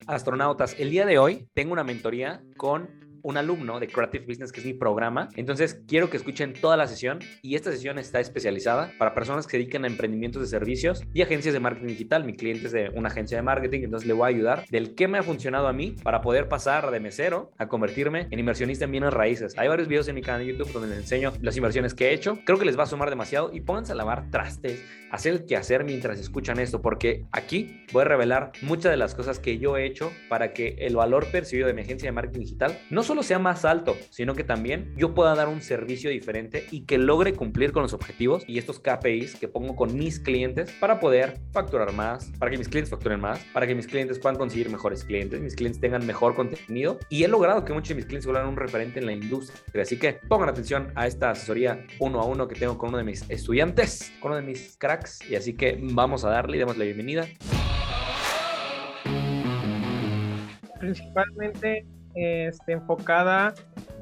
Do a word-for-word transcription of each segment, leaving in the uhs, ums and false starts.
Astronautas, el día de hoy tengo una mentoría con un alumno de Creative Business, que es mi programa. Entonces, quiero que escuchen toda la sesión y esta sesión está especializada para personas que se dedican a emprendimientos de servicios y agencias de marketing digital. Mi cliente es de una agencia de marketing, entonces le voy a ayudar del qué me ha funcionado a mí para poder pasar de mesero a convertirme en inversionista en bienes raíces. Hay varios videos en mi canal de YouTube donde les enseño las inversiones que he hecho. Creo que les va a sumar demasiado y pónganse a lavar trastes, a hacer el quehacer mientras escuchan esto, porque aquí voy a revelar muchas de las cosas que yo he hecho para que el valor percibido de mi agencia de marketing digital no solo sea más alto, sino que también yo pueda dar un servicio diferente y que logre cumplir con los objetivos y estos K P Is que pongo con mis clientes para poder facturar más, para que mis clientes facturen más, para que mis clientes puedan conseguir mejores clientes, mis clientes tengan mejor contenido, y he logrado que muchos de mis clientes se vuelvan un referente en la industria. Así que pongan atención a esta asesoría uno a uno que tengo con uno de mis estudiantes, con uno de mis cracks, y así que vamos a darle y demos la bienvenida. Principalmente este, enfocada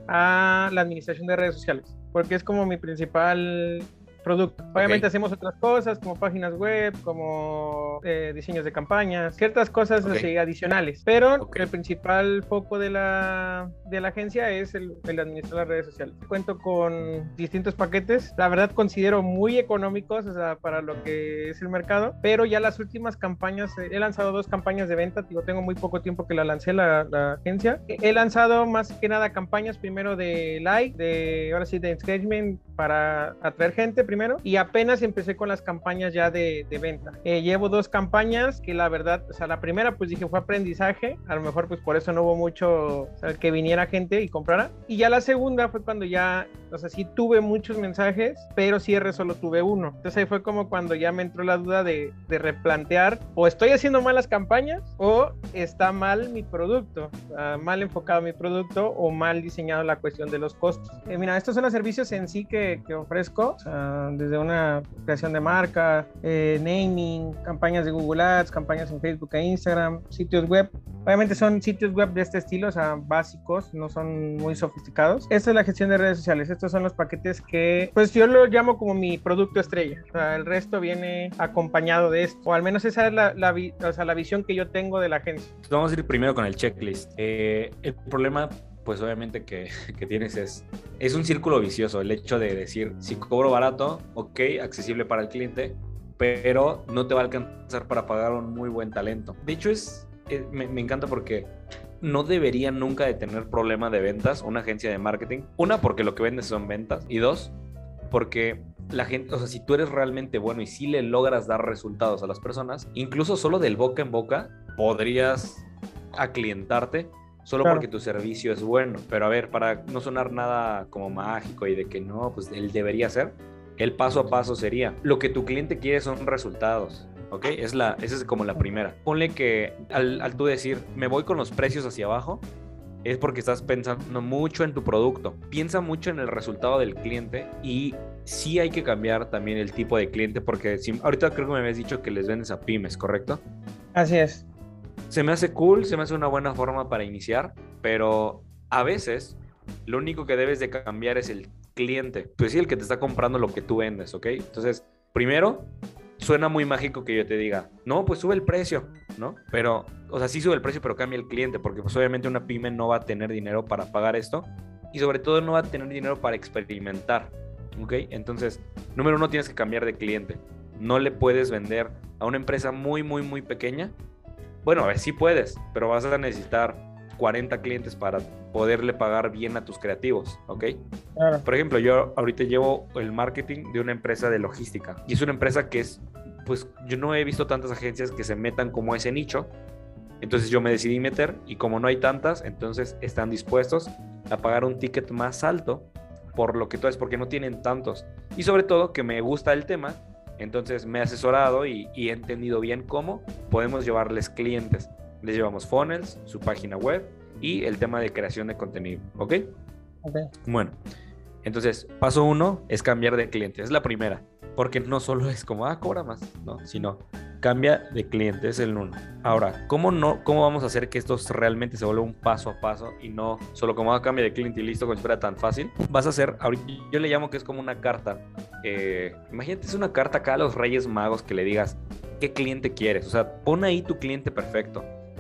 a la administración de redes sociales, porque es como mi principal producto. Obviamente okay. Hacemos otras cosas como páginas web, como eh, diseños de campañas, ciertas cosas okay. así, adicionales, pero okay. el principal foco de la, de la agencia es el, el administrar las redes sociales. Cuento con distintos paquetes, la verdad considero muy económicos, o sea, para lo que es el mercado, pero ya las últimas campañas, he lanzado dos campañas de venta, digo, tengo muy poco tiempo que la lancé la, la agencia. He lanzado más que nada campañas primero de like, de ahora sí de engagement para atraer gente primero, y apenas empecé con las campañas ya de, de venta. Eh, llevo dos campañas que la verdad, o sea, la primera pues dije fue aprendizaje, a lo mejor pues por eso no hubo mucho, o sea, que viniera gente y comprara, y ya la segunda fue cuando ya, o sea, sí tuve muchos mensajes, pero cierre solo tuve uno. Entonces ahí fue como cuando ya me entró la duda de, de replantear, o estoy haciendo malas campañas, o está mal mi producto, o sea, mal enfocado mi producto, o mal diseñado la cuestión de los costos. Eh, mira, estos son los servicios en sí que, que ofrezco, o sea, desde una creación de marca, eh, naming, campañas de Google Ads, campañas en Facebook e Instagram, sitios web. Obviamente son sitios web de este estilo, o sea, básicos, no son muy sofisticados. Esta es la gestión de redes sociales. Estos son los paquetes que, pues yo lo llamo como mi producto estrella. O sea, el resto viene acompañado de esto, o al menos esa es la, la, o sea, la visión que yo tengo de la agencia. Vamos a ir primero con el checklist. Eh, el problema, pues obviamente que, que tienes es, es un círculo vicioso, el hecho de decir, si cobro barato, ok, accesible para el cliente, pero no te va a alcanzar para pagar un muy buen talento. De hecho, es, es me, me encanta porque no debería nunca de tener problema de ventas una agencia de marketing. Una, porque lo que vendes son ventas, y dos, porque la gente, o sea, si tú eres realmente bueno y si le logras dar resultados a las personas, incluso solo del boca en boca, podrías aclientarte solo claro. porque tu servicio es bueno. Pero a ver, para no sonar nada como mágico y de que no, pues él debería ser, el paso a paso sería, lo que tu cliente quiere son resultados, ¿ok? Es la, esa es como la primera. Ponle que al, al tú decir, me voy con los precios hacia abajo, es porque estás pensando mucho en tu producto. Piensa mucho en el resultado del cliente, y sí hay que cambiar también el tipo de cliente, porque si, ahorita creo que me habías dicho que les vendes a pymes, ¿correcto? Así es. Se me hace cool, se me hace una buena forma para iniciar, pero a veces lo único que debes de cambiar es el cliente. Pues sí, el que te está comprando lo que tú vendes, ¿ok? Entonces, primero, suena muy mágico que yo te diga, no, pues sube el precio, ¿no? Pero, o sea, sí sube el precio, pero cambia el cliente, porque pues obviamente una pyme no va a tener dinero para pagar esto, y sobre todo no va a tener dinero para experimentar, ¿ok? Entonces, número uno, tienes que cambiar de cliente. No le puedes vender a una empresa muy, muy, muy pequeña. Bueno, a ver, sí puedes, pero vas a necesitar cuarenta clientes para poderle pagar bien a tus creativos, ¿ok? Claro. Por ejemplo, yo ahorita llevo el marketing de una empresa de logística, y es una empresa que es, pues yo no he visto tantas agencias que se metan como ese nicho, entonces yo me decidí meter, y como no hay tantas, entonces están dispuestos a pagar un ticket más alto por lo que tú haces, porque no tienen tantos, y sobre todo que me gusta el tema. Entonces me he asesorado y, y he entendido bien cómo podemos llevarles clientes. Les llevamos funnels, su página web y el tema de creación de contenido, ¿ok? Ok. Bueno, entonces paso uno es cambiar de cliente, es la primera, porque no solo es como, ah, cobra más, no, sino cambia de cliente, es el uno. Ahora, ¿cómo, no, ¿cómo vamos a hacer que esto realmente se vuelva un paso a paso y no solo como, ah, cambia de cliente y listo, como si fuera tan fácil? Vas a hacer, ahorita yo le llamo que es como una carta. Eh, imagínate, es una carta acá a los Reyes Magos que le digas, ¿qué cliente quieres? O sea, pon ahí tu cliente perfecto.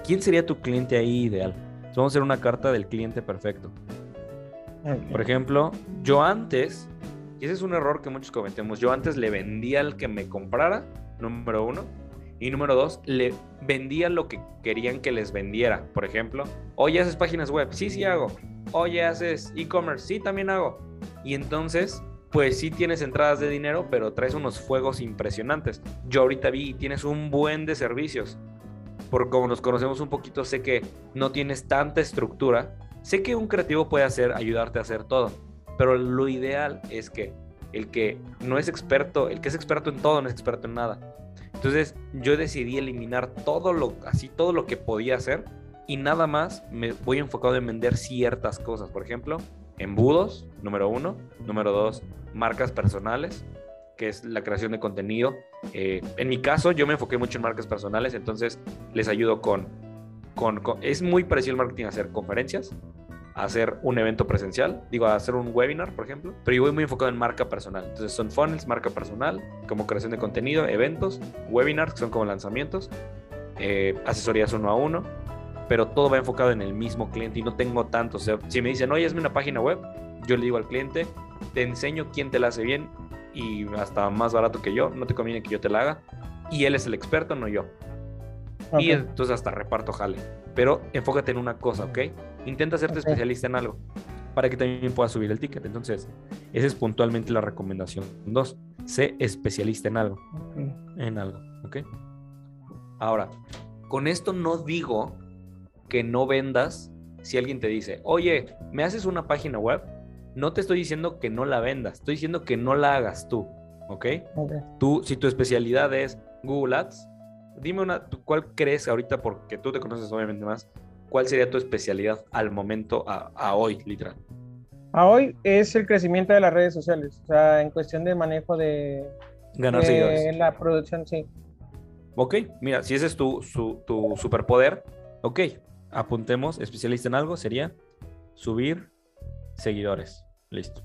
¿quién sería tu cliente ahí ideal? Entonces, vamos a hacer una carta del cliente perfecto. Okay. Por ejemplo, yo antes, y ese es un error que muchos cometemos, yo antes le vendía al que me comprara, número uno, y número dos, le vendía lo que querían que les vendiera. Por ejemplo, oye, ¿haces páginas web? Sí, sí hago. Oye, ¿haces e-commerce? Sí, también hago. Y entonces, pues sí tienes entradas de dinero, pero traes unos fuegos impresionantes. Yo ahorita vi y tienes un buen de servicios. Por como nos conocemos un poquito, sé que no tienes tanta estructura. Sé que un creativo puede hacer, ayudarte a hacer todo, pero lo ideal es que el que no es experto, el que es experto en todo, no es experto en nada. Entonces yo decidí eliminar todo lo, así todo lo que podía hacer y nada más me voy enfocado en vender ciertas cosas. Por ejemplo, embudos, número uno. Número dos, marcas personales, que es la creación de contenido. Eh, en mi caso, yo me enfoqué mucho en marcas personales, entonces les ayudo con, con, con... Es muy parecido al marketing a hacer conferencias, a hacer un evento presencial, digo, a hacer un webinar, por ejemplo, pero yo voy muy enfocado en marca personal. Entonces son funnels, marca personal, como creación de contenido, eventos, webinars, que son como lanzamientos, eh, asesorías uno a uno, pero todo va enfocado en el mismo cliente y no tengo tanto. O sea, si me dicen, oye, hazme una página web, yo le digo al cliente, te enseño quién te la hace bien y hasta más barato que yo, no te conviene que yo te la haga, y él es el experto, no yo. Okay. Y entonces hasta reparto jale. Pero enfócate en una cosa, ¿ok? Intenta hacerte okay. especialista en algo para que también puedas subir el ticket. Entonces, esa es puntualmente la recomendación. Dos, sé especialista en algo. Okay. En algo, ¿ok? Ahora, con esto no digo que no vendas si alguien te dice, oye, ¿me haces una página web? No te estoy diciendo que no la vendas, estoy diciendo que no la hagas tú, ¿ok? Okay. Tú, si tu especialidad es Google Ads, dime una, ¿cuál crees ahorita, porque tú te conoces obviamente más, cuál sería tu especialidad al momento, a, a hoy, literal? A hoy es el crecimiento de las redes sociales, o sea, en cuestión de manejo de... Ganar de seguidores. La producción, sí. Ok, mira, si ese es tu, su, tu superpoder, ok, apuntemos, especialista en algo, sería subir seguidores. Listo.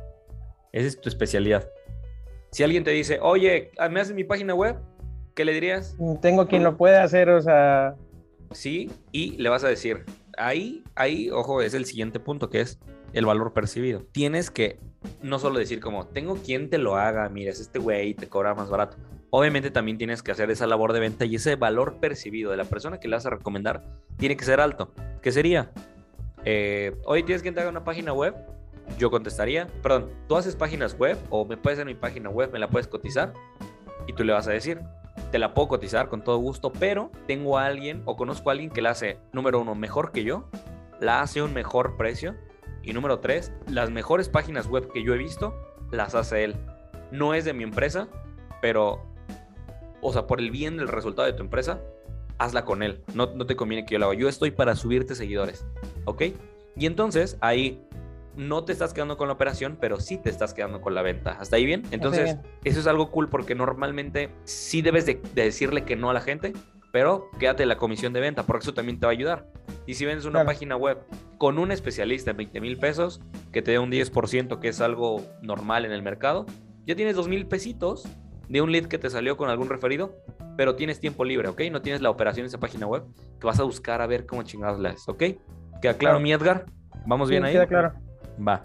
Esa es tu especialidad. Si alguien te dice, oye, ¿me haces mi página web? ¿Qué le dirías? Tengo quien lo puede hacer, o sea... Sí, y le vas a decir, ahí, ahí, ojo, es el siguiente punto, que es el valor percibido. Tienes que no solo decir como, tengo quien te lo haga, mira, es este güey, te cobra más barato. Obviamente también tienes que hacer esa labor de venta y ese valor percibido de la persona que le vas a recomendar tiene que ser alto. ¿Qué sería? Eh, Oye, ¿tienes quien te haga una página web? Yo contestaría, perdón, ¿tú haces páginas web o me puedes hacer mi página web, me la puedes cotizar? Y tú le vas a decir, te la puedo cotizar con todo gusto, pero tengo a alguien o conozco a alguien que la hace, número uno, mejor que yo, la hace a un mejor precio, y número tres, las mejores páginas web que yo he visto, las hace él. No es de mi empresa, pero, o sea, por el bien del resultado de tu empresa, hazla con él, no, no te conviene que yo la haga, yo estoy para subirte seguidores, ¿ok? Y entonces, ahí no te estás quedando con la operación, pero sí te estás quedando con la venta. ¿Hasta ahí bien? Entonces, bien. Eso es algo cool porque normalmente sí debes de, de decirle que no a la gente, pero quédate la comisión de venta, porque eso también te va a ayudar. Y si vendes una claro. página web con un especialista en veinte mil pesos, que te dé un diez por ciento, que es algo normal en el mercado, ya tienes dos mil pesitos de un lead que te salió con algún referido, pero tienes tiempo libre, ¿ok? No tienes la operación de esa página web que vas a buscar a ver cómo chingados la es, ¿ok? ¿Queda claro, claro. mi Edgar? ¿Vamos bien sí, ahí? Queda claro. Va.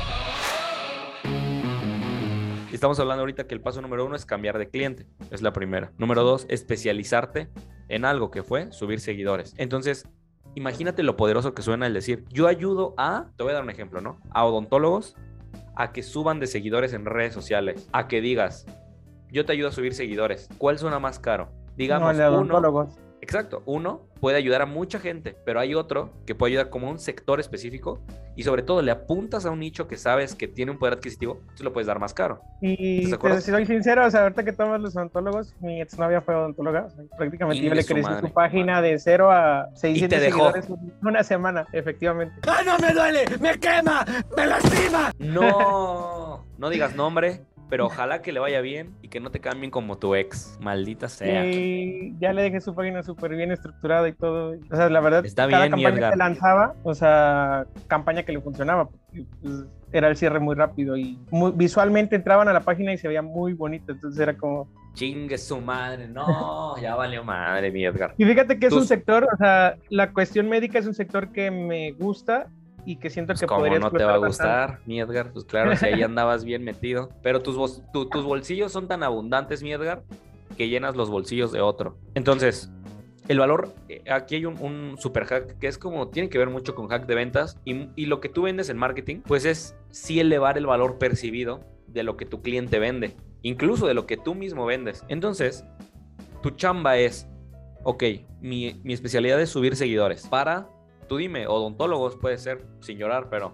Estamos hablando ahorita que el paso número uno es cambiar de cliente. Es la primera. Número dos, especializarte en algo que fue subir seguidores. Entonces, imagínate lo poderoso que suena el decir, yo ayudo a, te voy a dar un ejemplo, ¿no? A odontólogos a que suban de seguidores en redes sociales. A que digas, yo te ayudo a subir seguidores. ¿Cuál suena más caro? Digamos, no, odontólogos. Uno, exacto, uno puede ayudar a mucha gente, pero hay otro que puede ayudar como a un sector específico y sobre todo le apuntas a un nicho que sabes que tiene un poder adquisitivo, tú lo puedes dar más caro. Y si soy sincero, o sea, ahorita que tomas los odontólogos, mi exnovia fue odontóloga, o sea, prácticamente yo le crecí su página madre. de cero a seiscientos seguidores en una semana, efectivamente. ¡Ah, no me duele! ¡Me quema! ¡Me lastima! No, no digas nombre. Pero ojalá que le vaya bien y que no te cambien como tu ex, maldita sea. Y ya le dejé su página súper bien estructurada y todo. O sea, la verdad, está cada bien, campaña que lanzaba, o sea, campaña que le funcionaba. Pues, era el cierre muy rápido y muy, visualmente entraban a la página y se veía muy bonito, entonces era como... Chingue su madre, no, ya valió madre, mi Edgar. Y fíjate que es Tus... un sector, o sea, la cuestión médica es un sector que me gusta y que siento pues que ¿cómo podría no te va a explotar gustar, mi Edgar? Pues claro, si ahí andabas bien metido. Pero tus, bol- tu- tus bolsillos son tan abundantes, mi Edgar, que llenas los bolsillos de otro. Entonces, el valor, eh, aquí hay un, un super hack que es como, tiene que ver mucho con hack de ventas y, y lo que tú vendes en marketing, pues es sí elevar el valor percibido de lo que tu cliente vende, incluso de lo que tú mismo vendes. Entonces, tu chamba es, ok, mi, mi especialidad es subir seguidores para, tú dime, odontólogos puede ser, sin llorar, pero...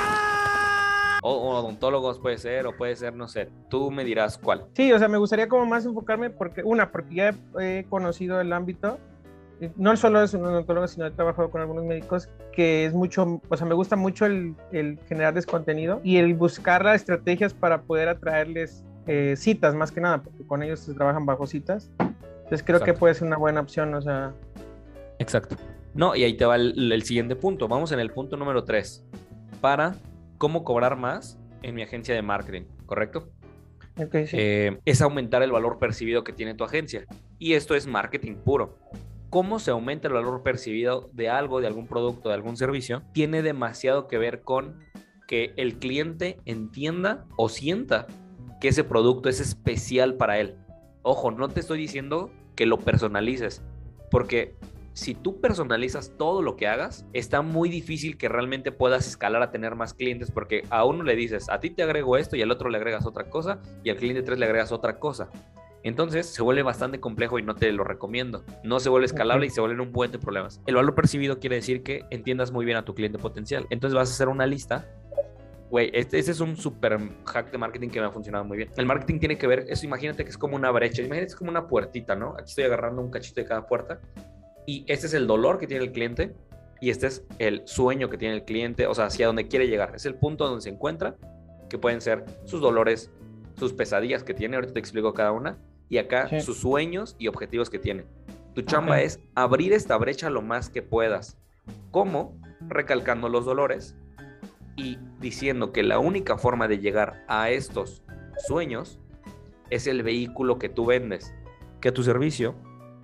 O, o odontólogos puede ser, o puede ser, no sé, tú me dirás cuál. Sí, o sea, me gustaría como más enfocarme porque, una, porque ya he, he conocido el ámbito, no solo es un odontólogo, sino he trabajado con algunos médicos, que es mucho, o sea, me gusta mucho el, el generarles contenido y el buscar las estrategias para poder atraerles eh, citas, más que nada, porque con ellos se trabajan bajo citas. Entonces creo Exacto. que puede ser una buena opción, o sea... Exacto. No, y ahí te va el, el siguiente punto. Vamos en el punto número tres. Para cómo cobrar más en mi agencia de marketing, ¿correcto? Okay, sí. Eh, es aumentar el valor percibido que tiene tu agencia. Y esto es marketing puro. Cómo se aumenta el valor percibido de algo, de algún producto, de algún servicio, tiene demasiado que ver con que el cliente entienda o sienta que ese producto es especial para él. Ojo, no te estoy diciendo que lo personalices, porque si tú personalizas todo lo que hagas, está muy difícil que realmente puedas escalar a tener más clientes, porque a uno le dices, a ti te agrego esto y al otro le agregas otra cosa y al cliente tres le agregas otra cosa. Entonces se vuelve bastante complejo y no te lo recomiendo. No se vuelve escalable okay. Y se vuelven un buen de problemas. El valor percibido quiere decir que entiendas muy bien a tu cliente potencial. Entonces vas a hacer una lista. Güey, este, este es un super hack de marketing que me ha funcionado muy bien. El marketing tiene que ver, eso imagínate que es como una brecha. Imagínate que es como una puertita, ¿no? Aquí estoy agarrando un cachito de cada puerta. Y este es el dolor que tiene el cliente y este es el sueño que tiene el cliente, o sea, hacia donde quiere llegar. Es el punto donde se encuentra, que pueden ser sus dolores, sus pesadillas que tiene, ahorita te explico cada una, y acá sí. Sus sueños y objetivos que tiene. Tu chamba okay. Es abrir esta brecha lo más que puedas. ¿Cómo? Recalcando los dolores y diciendo que la única forma de llegar a estos sueños es el vehículo que tú vendes, que a tu servicio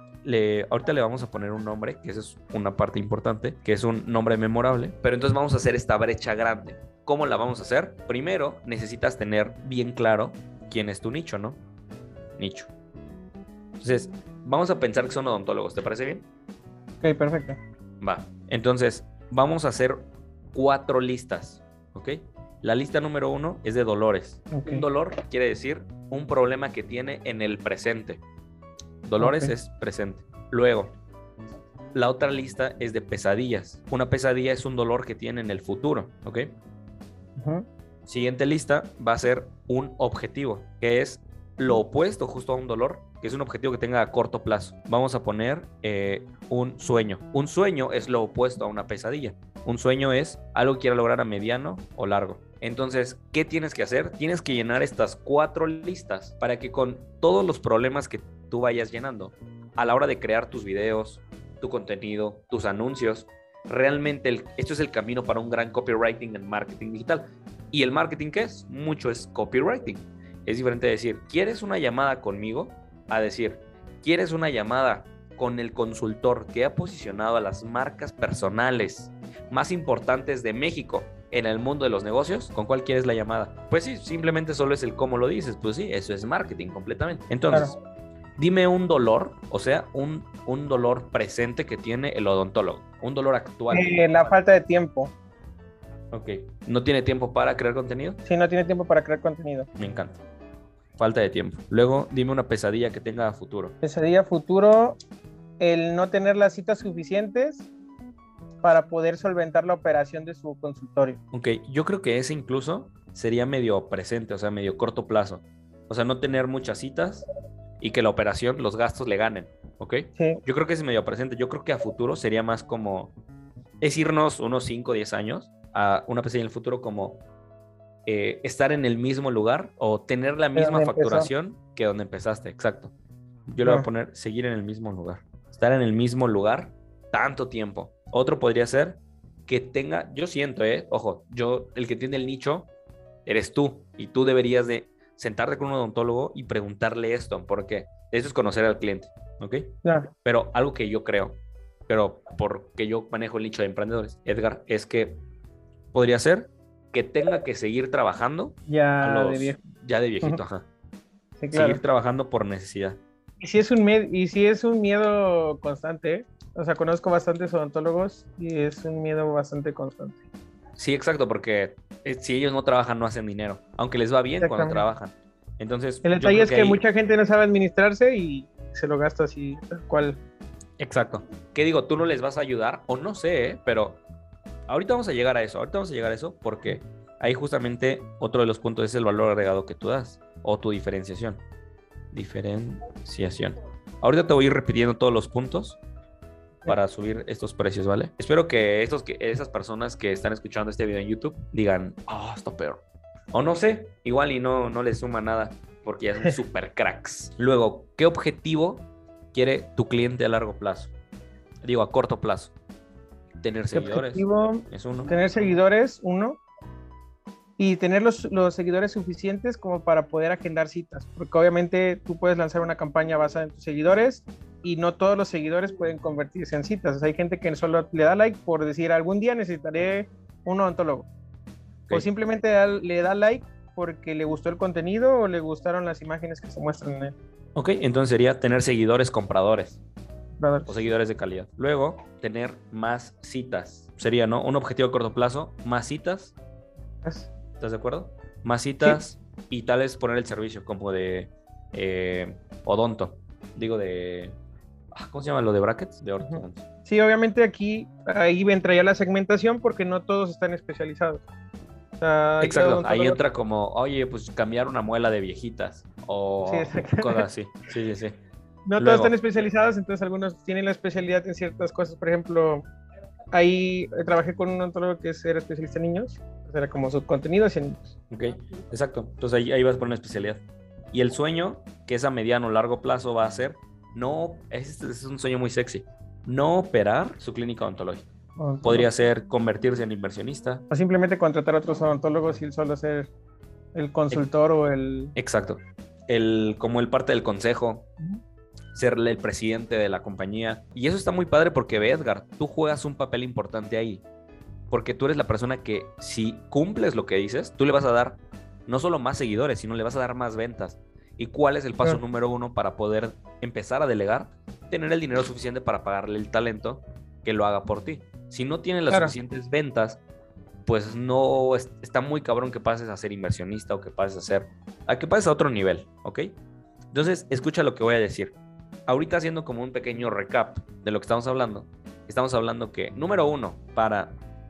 Le, ahorita le vamos a poner un nombre, que esa es una parte importante, que es un nombre memorable, pero entonces vamos a hacer esta brecha grande. ¿Cómo la vamos a hacer? Primero, necesitas tener bien claro quién es tu nicho, ¿no? Nicho. Entonces, vamos a pensar que son odontólogos, ¿te parece bien? Ok, perfecto. Va, entonces, vamos a hacer cuatro listas, ¿ok? La lista número uno es de dolores. Okay. Un dolor quiere decir un problema que tiene en el presente. Dolores okay. Es presente. Luego, la otra lista es de pesadillas. Una pesadilla es un dolor que tiene en el futuro, ¿ok? Uh-huh. Siguiente lista va a ser un objetivo, que es lo opuesto justo a un dolor, que es un objetivo que tenga a corto plazo. Vamos a poner eh, un sueño. Un sueño es lo opuesto a una pesadilla. Un sueño es algo que quieras lograr a mediano o largo. Entonces, ¿qué tienes que hacer? Tienes que llenar estas cuatro listas para que con todos los problemas que tú vayas llenando, a la hora de crear tus videos, tu contenido, tus anuncios, realmente el, esto es el camino para un gran copywriting en marketing digital. ¿Y el marketing qué es? Mucho es copywriting. Es diferente de decir, ¿quieres una llamada conmigo? A decir, ¿quieres una llamada con el consultor que ha posicionado a las marcas personales más importantes de México en el mundo de los negocios? ¿Con cuál quieres la llamada? Pues sí, simplemente solo es el cómo lo dices. Pues sí, eso es marketing completamente. Entonces, claro. Dime un dolor, o sea, un, un dolor presente que tiene el odontólogo. Un dolor actual. Eh, la falta de tiempo. Ok. ¿No tiene tiempo para crear contenido? Sí, no tiene tiempo para crear contenido. Me encanta. Falta de tiempo. Luego, dime una pesadilla que tenga a futuro. Pesadilla a futuro, el no tener las citas suficientes para poder solventar la operación de su consultorio. Ok, yo creo que ese incluso sería medio presente, o sea, medio corto plazo. O sea, no tener muchas citas y que la operación, los gastos le ganen, ¿ok? Sí. Yo creo que es medio presente. Yo creo que a futuro sería más como... Es irnos unos cinco o diez años a una pesadilla en el futuro como eh, estar en el mismo lugar o tener la misma facturación empezó. Que donde empezaste, exacto. Yo le voy a poner seguir en el mismo lugar. Estar en el mismo lugar tanto tiempo. Otro podría ser que tenga, yo siento, eh, ojo, yo, el que tiene el nicho, eres tú y tú deberías de sentarte con un odontólogo y preguntarle esto, porque eso es conocer al cliente, ¿ok? Claro. Pero algo que yo creo, pero porque yo manejo el nicho de emprendedores, Edgar, es que podría ser que tenga que seguir trabajando Ya a los, de viejo. ya de viejito, Uh-huh. ajá. Sí, claro. Seguir trabajando por necesidad. Y si es un med- y si es un miedo constante, ¿eh? O sea, conozco bastantes odontólogos y es un miedo bastante constante. Sí, exacto, porque eh, si ellos no trabajan, no hacen dinero, aunque les va bien cuando Exactamente. trabajan. Entonces, El yo detalle creo es que, ahí- mucha gente no sabe administrarse y se lo gasta así, tal cual. Exacto. ¿Qué digo? Tú no les vas a ayudar, o no sé, ¿eh? Pero ahorita vamos a llegar a eso, ahorita vamos a llegar a eso porque ahí justamente otro de los puntos es el valor agregado que tú das o tu diferenciación. Diferenciación. Ahorita te voy a ir repitiendo todos los puntos para subir estos precios, ¿vale? Espero que, estos, que esas personas que están escuchando este video en YouTube digan, ah, está peor. O no sé, igual y no, no les suma nada porque ya son super cracks. Luego, ¿qué objetivo quiere tu cliente a largo plazo? Digo, a corto plazo. Tener ¿Qué seguidores. objetivo? Es uno. Tener seguidores, uno, y tener los, los seguidores suficientes como para poder agendar citas, porque obviamente tú puedes lanzar una campaña basada en tus seguidores y no todos los seguidores pueden convertirse en citas. O sea, hay gente que solo le da like por decir algún día necesitaré un odontólogo. Okay. O simplemente da- le da like porque le gustó el contenido o le gustaron las imágenes que se muestran en él. Ok, entonces sería tener seguidores compradores Brother. o seguidores de calidad. Luego, tener más citas. Sería, ¿no? Un objetivo a corto plazo, más citas. ¿Estás de acuerdo? Más citas sí. Y tal vez poner el servicio como de eh, odonto. Digo de... ¿Cómo se llama lo de brackets? De ortodontia. Sí, obviamente aquí ahí entraría la segmentación porque no todos están especializados. O sea, exacto, ahí entra como, oye, pues cambiar una muela de viejitas o sí, cosas así. Sí, sí, sí. No Luego, todos están especializados, entonces algunos tienen la especialidad en ciertas cosas. Por ejemplo, ahí trabajé con un odontólogo que era especialista en niños. Era como su contenido hacia niños. Ok, exacto. Entonces ahí, ahí vas por una especialidad. Y el sueño, que es a mediano o largo plazo, va a ser no, este es un sueño muy sexy, no operar su clínica odontológica. Oh, podría no. ser convertirse en inversionista. O simplemente contratar a otros odontólogos y él solo ser el consultor e- o el... Exacto. El, como el parte del consejo, uh-huh. ser el presidente de la compañía. Y eso está muy padre porque, ve, Edgar, tú juegas un papel importante ahí. Porque tú eres la persona que, si cumples lo que dices, tú le vas a dar no solo más seguidores, sino le vas a dar más ventas. ¿Y cuál es el paso claro. número uno para poder empezar a delegar? Tener el dinero suficiente para pagarle el talento que lo haga por ti. Si no tienes las claro. suficientes ventas, pues no es, está muy cabrón que pases a ser inversionista o que pases a ser, a que pases a otro nivel, ¿ok? Entonces, escucha lo que voy a decir. Ahorita haciendo como un pequeño recap de lo que estamos hablando, estamos hablando que, número uno, para,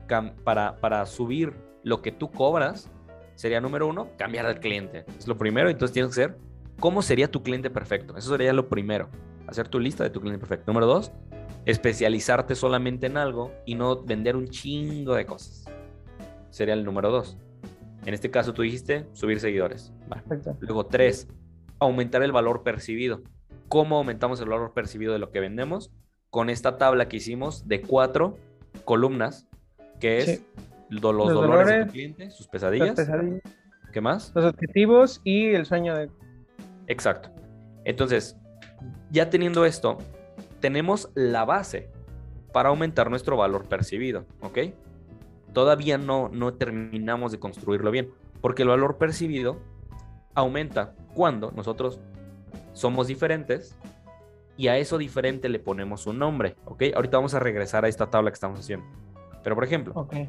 para, para subir lo que tú cobras, sería número uno, cambiar al cliente. Es lo primero, entonces tienes que ser, ¿cómo sería tu cliente perfecto? Eso sería lo primero, hacer tu lista de tu cliente perfecto. Número dos, especializarte solamente en algo y no vender un chingo de cosas. Sería el número dos. En este caso tú dijiste subir seguidores. Vale. Luego tres, aumentar el valor percibido. ¿Cómo aumentamos el valor percibido de lo que vendemos? Con esta tabla que hicimos de cuatro columnas, que es sí. los, los, los dolores, dolores de tu cliente, sus pesadillas. pesadillas. ¿Qué más? Los objetivos y el sueño de... Exacto. Entonces, ya teniendo esto, tenemos la base para aumentar nuestro valor percibido, ¿ok? Todavía no, no terminamos de construirlo bien, porque el valor percibido aumenta cuando nosotros somos diferentes y a eso diferente le ponemos un nombre, ¿ok? Ahorita vamos a regresar a esta tabla que estamos haciendo. Pero, por ejemplo, okay.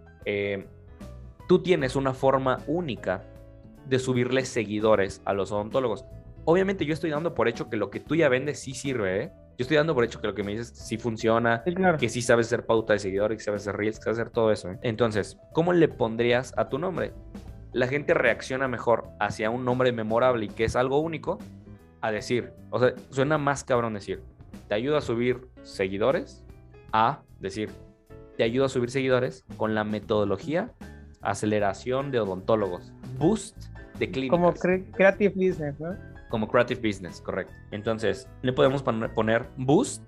eh, tú tienes una forma única de subirle seguidores a los odontólogos. Obviamente yo estoy dando por hecho que lo que tú ya vendes sí sirve, ¿eh? Yo estoy dando por hecho que lo que me dices sí funciona, sí, claro. que sí sabes hacer pauta de seguidores, que sabes hacer reels, que sabes hacer todo eso, ¿eh? Entonces, ¿cómo le pondrías a tu nombre? La gente reacciona mejor hacia un nombre memorable y que es algo único a decir, o sea, suena más cabrón decir, te ayuda a subir seguidores, a decir, te ayuda a subir seguidores con la metodología aceleración de odontólogos, boost de clínicas. Como cre- creative business, ¿no? Como creative business, correcto. Entonces, le podemos poner boost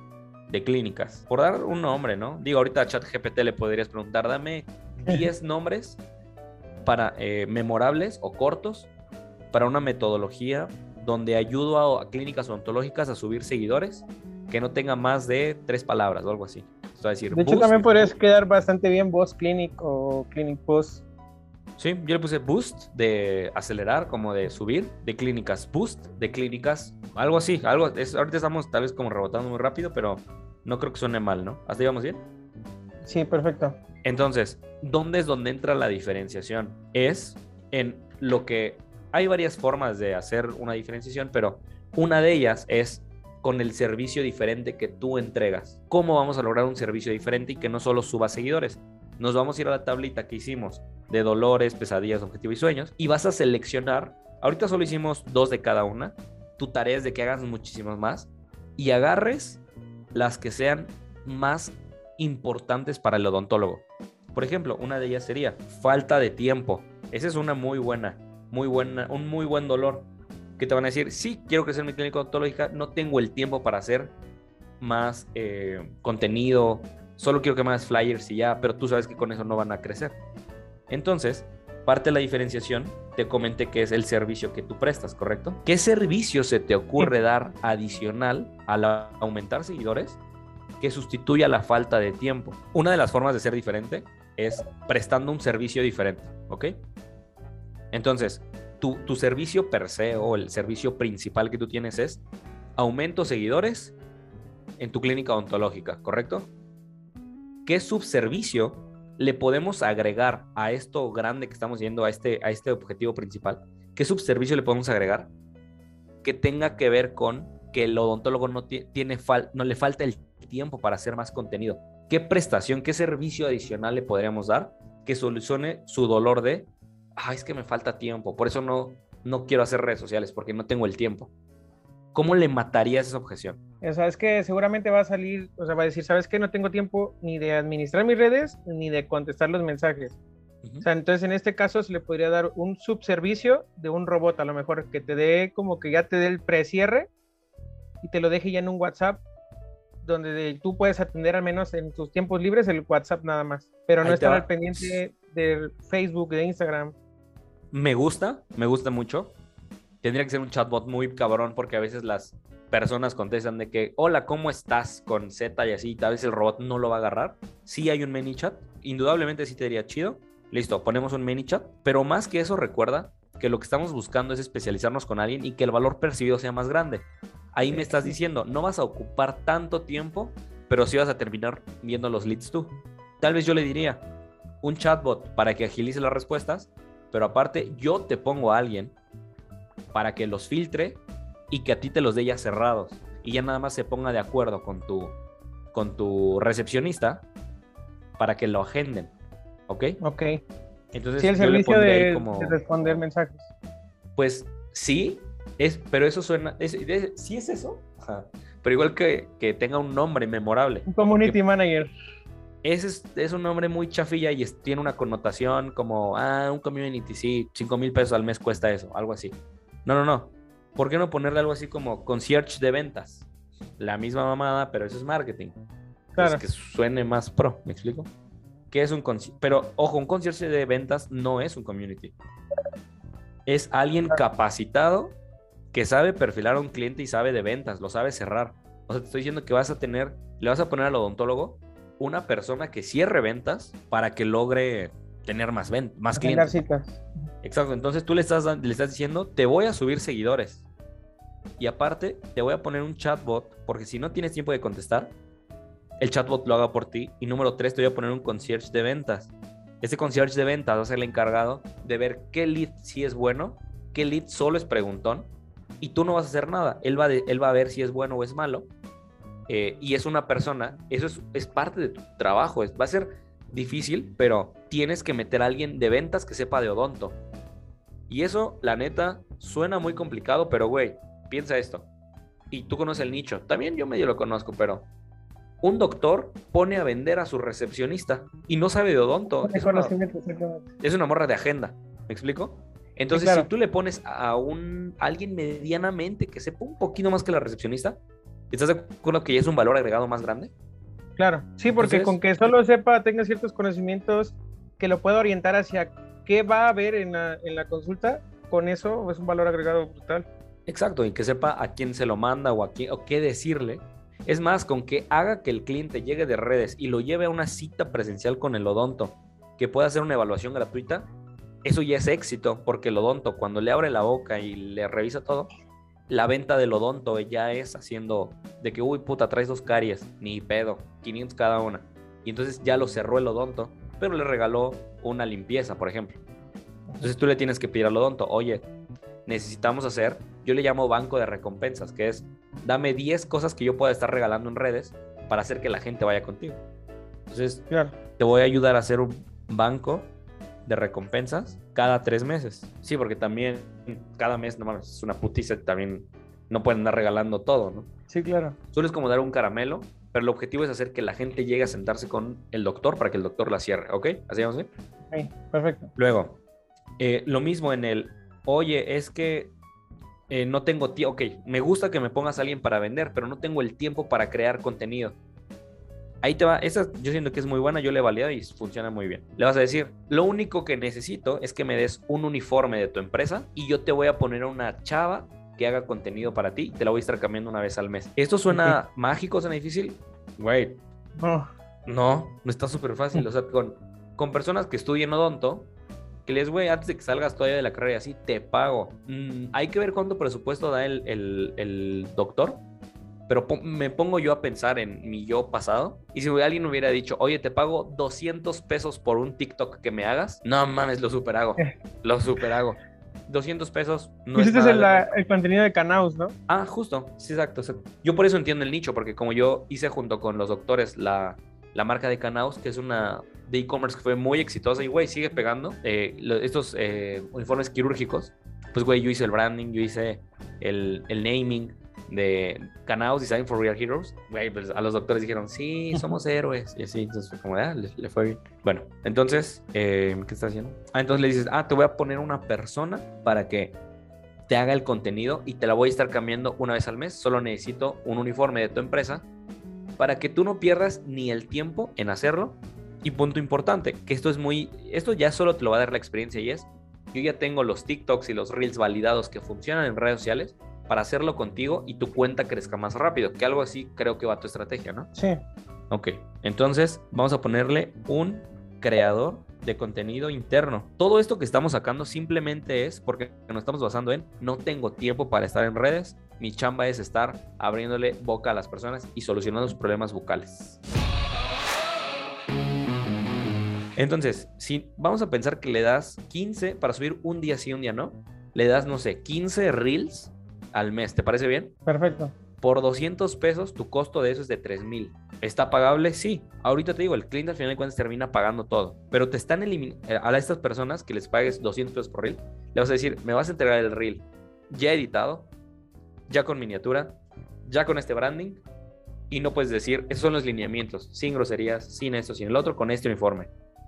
de clínicas. Por dar un nombre, ¿no? Digo, ahorita a ChatGPT le podrías preguntar, dame diez nombres para eh, memorables o cortos para una metodología donde ayudo a, a clínicas odontológicas a subir seguidores que no tenga más de tres palabras o algo así. O sea, decir, de hecho, boost, también podrías quedar bastante bien Boss Clinic o Clinic Boss. Sí, yo le puse boost de acelerar, como de subir, de clínicas boost, de clínicas, algo así, algo, es, ahorita estamos tal vez como rebotando muy rápido, pero no creo que suene mal, ¿no? ¿Hasta ahí vamos bien? Sí, perfecto. Entonces, ¿dónde es donde entra la diferenciación? Es en lo que, hay varias formas de hacer una diferenciación, pero una de ellas es con el servicio diferente que tú entregas. ¿Cómo vamos a lograr un servicio diferente y que no solo suba seguidores? Nos vamos a ir a la tablita que hicimos de dolores, pesadillas, objetivos y sueños y vas a seleccionar, ahorita solo hicimos dos de cada una, tu tarea es de que hagas muchísimas más y agarres las que sean más importantes para el odontólogo. Por ejemplo, una de ellas sería falta de tiempo. Esa es una muy buena, muy buena, un muy buen dolor que te van a decir, sí, quiero crecer mi clínica odontológica, no tengo el tiempo para hacer más eh, contenido, solo quiero que me hagas flyers y ya, pero tú sabes que con eso no van a crecer. Entonces, parte de la diferenciación, te comenté que es el servicio que tú prestas, ¿correcto? ¿Qué servicio se te ocurre dar adicional al aumentar seguidores que sustituya la falta de tiempo? Una de las formas de ser diferente es prestando un servicio diferente, ¿ok? Entonces, tu, tu servicio per se o el servicio principal que tú tienes es aumento seguidores en tu clínica odontológica, ¿correcto? ¿Qué subservicio le podemos agregar a esto grande que estamos yendo, a este, a este objetivo principal? ¿Qué subservicio le podemos agregar que tenga que ver con que el odontólogo no, tiene fal- no le falta el tiempo para hacer más contenido? ¿Qué prestación, qué servicio adicional le podríamos dar que solucione su dolor de, ah, es que me falta tiempo, por eso no, no quiero hacer redes sociales, porque no tengo el tiempo? ¿Cómo le matarías esa objeción? O sea, es que seguramente va a salir, o sea, va a decir, ¿sabes qué? No tengo tiempo ni de administrar mis redes, ni de contestar los mensajes. Uh-huh. O sea, entonces en este caso se le podría dar un subservicio de un robot, a lo mejor, que te dé, como que ya te dé el precierre y te lo deje ya en un WhatsApp, donde de, tú puedes atender al menos en tus tiempos libres el WhatsApp nada más, pero no estar al pendiente de Facebook, de Instagram. Me gusta, me gusta mucho. Tendría que ser un chatbot muy cabrón porque a veces las personas contestan de que hola, ¿cómo estás? Con Z y así, tal vez el robot no lo va a agarrar. Sí hay un ManyChat, indudablemente sí te diría chido. Listo, ponemos un ManyChat, pero más que eso recuerda que lo que estamos buscando es especializarnos con alguien y que el valor percibido sea más grande. Ahí me estás diciendo, no vas a ocupar tanto tiempo, pero sí vas a terminar viendo los leads tú. Tal vez yo le diría un chatbot para que agilice las respuestas, pero aparte yo te pongo a alguien para que los filtre y que a ti te los dé ya cerrados y ya nada más se ponga de acuerdo con tu, con tu recepcionista para que lo agenden, ¿ok? Ok. Entonces, sí, el yo servicio le de, como, de responder mensajes. Pues sí, es, pero eso suena, es, es, sí es eso, ajá. Pero igual que, que tenga un nombre memorable. Un community manager. Ese es, es un nombre muy chafilla y es, tiene una connotación como, ah, un community, sí, cinco mil pesos al mes cuesta eso, algo así. No, no, no. ¿Por qué no ponerle algo así como concierge de ventas? La misma mamada, pero eso es marketing. Claro. Es que suene más pro, ¿me explico? ¿Qué es un concierge? Pero, ojo, un concierge de ventas no es un community. Es alguien capacitado que sabe perfilar a un cliente y sabe de ventas, lo sabe cerrar. O sea, te estoy diciendo que vas a tener, le vas a poner al odontólogo una persona que cierre ventas para que logre tener más, ventas, más clientes. Citas. Exacto, entonces tú le estás, le estás diciendo, te voy a subir seguidores. Y aparte, te voy a poner un chatbot, porque si no tienes tiempo de contestar, el chatbot lo haga por ti. Y número tres, te voy a poner un concierge de ventas. Este concierge de ventas va a ser el encargado de ver qué lead sí es bueno, qué lead solo es preguntón, y tú no vas a hacer nada. Él va, de, él va a ver si es bueno o es malo. Eh, y es una persona, eso es, es parte de tu trabajo. Es, va a ser difícil, pero tienes que meter a alguien de ventas que sepa de odonto. Y eso, la neta, suena muy complicado, pero güey, piensa esto. Y tú conoces el nicho. También yo medio lo conozco, pero un doctor pone a vender a su recepcionista y no sabe de odonto. Es una, es una morra de agenda. ¿Me explico? Entonces, sí, claro. Si tú le pones a un a alguien medianamente que sepa un poquito más que la recepcionista, ¿estás de acuerdo que ya es un valor agregado más grande? Claro, sí, porque Entonces, con que solo sepa, tenga ciertos conocimientos que lo pueda orientar hacia qué va a haber en la, en la consulta, con eso es un valor agregado brutal. Exacto, y que sepa a quién se lo manda o, a quién, o qué decirle. Es más, con que haga que el cliente llegue de redes y lo lleve a una cita presencial con el odonto, que pueda hacer una evaluación gratuita, eso ya es éxito, porque el odonto, cuando le abre la boca y le revisa todo, la venta del odonto ya es haciendo de que, uy, puta, traes dos caries, ni pedo, quinientos cada una. Y entonces ya lo cerró el odonto, pero le regaló una limpieza, por ejemplo. Entonces tú le tienes que pedir al odonto, oye, necesitamos hacer, yo le llamo banco de recompensas, que es, dame diez cosas que yo pueda estar regalando en redes para hacer que la gente vaya contigo. Entonces, claro, te voy a ayudar a hacer un banco de recompensas cada tres meses. Sí, porque también cada mes, no mames, es una putiza, también no pueden andar regalando todo, ¿no? Sí, claro. Solo es como dar un caramelo, pero el objetivo es hacer que la gente llegue a sentarse con el doctor para que el doctor la cierre, ¿ok? ¿Así vamos bien? Sí, perfecto. Luego, eh, lo mismo en el, oye, es que eh, no tengo tiempo, ok, me gusta que me pongas a alguien para vender, pero no tengo el tiempo para crear contenido. Ahí te va, esa yo siento que es muy buena, yo la he validado y funciona muy bien. Le vas a decir, lo único que necesito es que me des un uniforme de tu empresa y yo te voy a poner a una chava que haga contenido para ti, te la voy a estar cambiando una vez al mes. ¿Esto suena uh-huh. mágico, suena difícil? Güey, no, no, no está súper fácil. O sea, con, con personas que estudien odonto, que les, güey, antes de que salgas todavía de la carrera y así, te pago. Mm, hay que ver cuánto presupuesto da el, el, el doctor. Pero po- me pongo yo a pensar en mi yo pasado. Y si alguien hubiera dicho, oye, te pago doscientos pesos por un TikTok que me hagas. No mames, lo super hago. Lo super hago. doscientos pesos no pues es este nada. Es el, la, el contenido de Canaus, ¿no? Ah, justo. Sí, exacto, exacto. Yo por eso entiendo el nicho. Porque como yo hice junto con los doctores la, la marca de Canaus, que es una de e-commerce que fue muy exitosa. Y, güey, sigue pegando. Eh, lo, estos eh, uniformes quirúrgicos. Pues, güey, yo hice el branding. Yo hice el, el naming de Canaus Design for Real Heroes. Güey, pues a los doctores dijeron, sí, somos héroes. Y así, entonces fue como, ah, le, le fue bien. Bueno, entonces, eh, ¿qué estás haciendo? Ah, entonces le dices, ah, te voy a poner una persona para que te haga el contenido y te la voy a estar cambiando una vez al mes. Solo necesito un uniforme de tu empresa para que tú no pierdas ni el tiempo en hacerlo. Y punto importante, que esto es muy, esto ya solo te lo va a dar la experiencia y es, yo ya tengo los TikToks y los Reels validados que funcionan en redes sociales para hacerlo contigo y tu cuenta crezca más rápido, que algo así creo que va tu estrategia, ¿no? Sí. Ok, entonces vamos a ponerle un creador de contenido interno. Todo esto que estamos sacando simplemente es porque nos estamos basando en no tengo tiempo para estar en redes, mi chamba es estar abriéndole boca a las personas y solucionando sus problemas bucales. Entonces, si vamos a pensar que le das quince para subir un día sí, un día no, le das, no sé, quince reels al mes, ¿te parece bien? Perfecto. Por doscientos pesos, tu costo de eso es de tres mil. ¿Está pagable? Sí. Ahorita te digo, el cliente al final de cuentas termina pagando todo. Pero te están eliminando, a estas personas que les pagues doscientos pesos por reel, le vas a decir, me vas a entregar el reel ya editado, ya con miniatura, ya con este branding, y no puedes decir, esos son los lineamientos, sin groserías, sin esto, sin el otro, con este uniforme.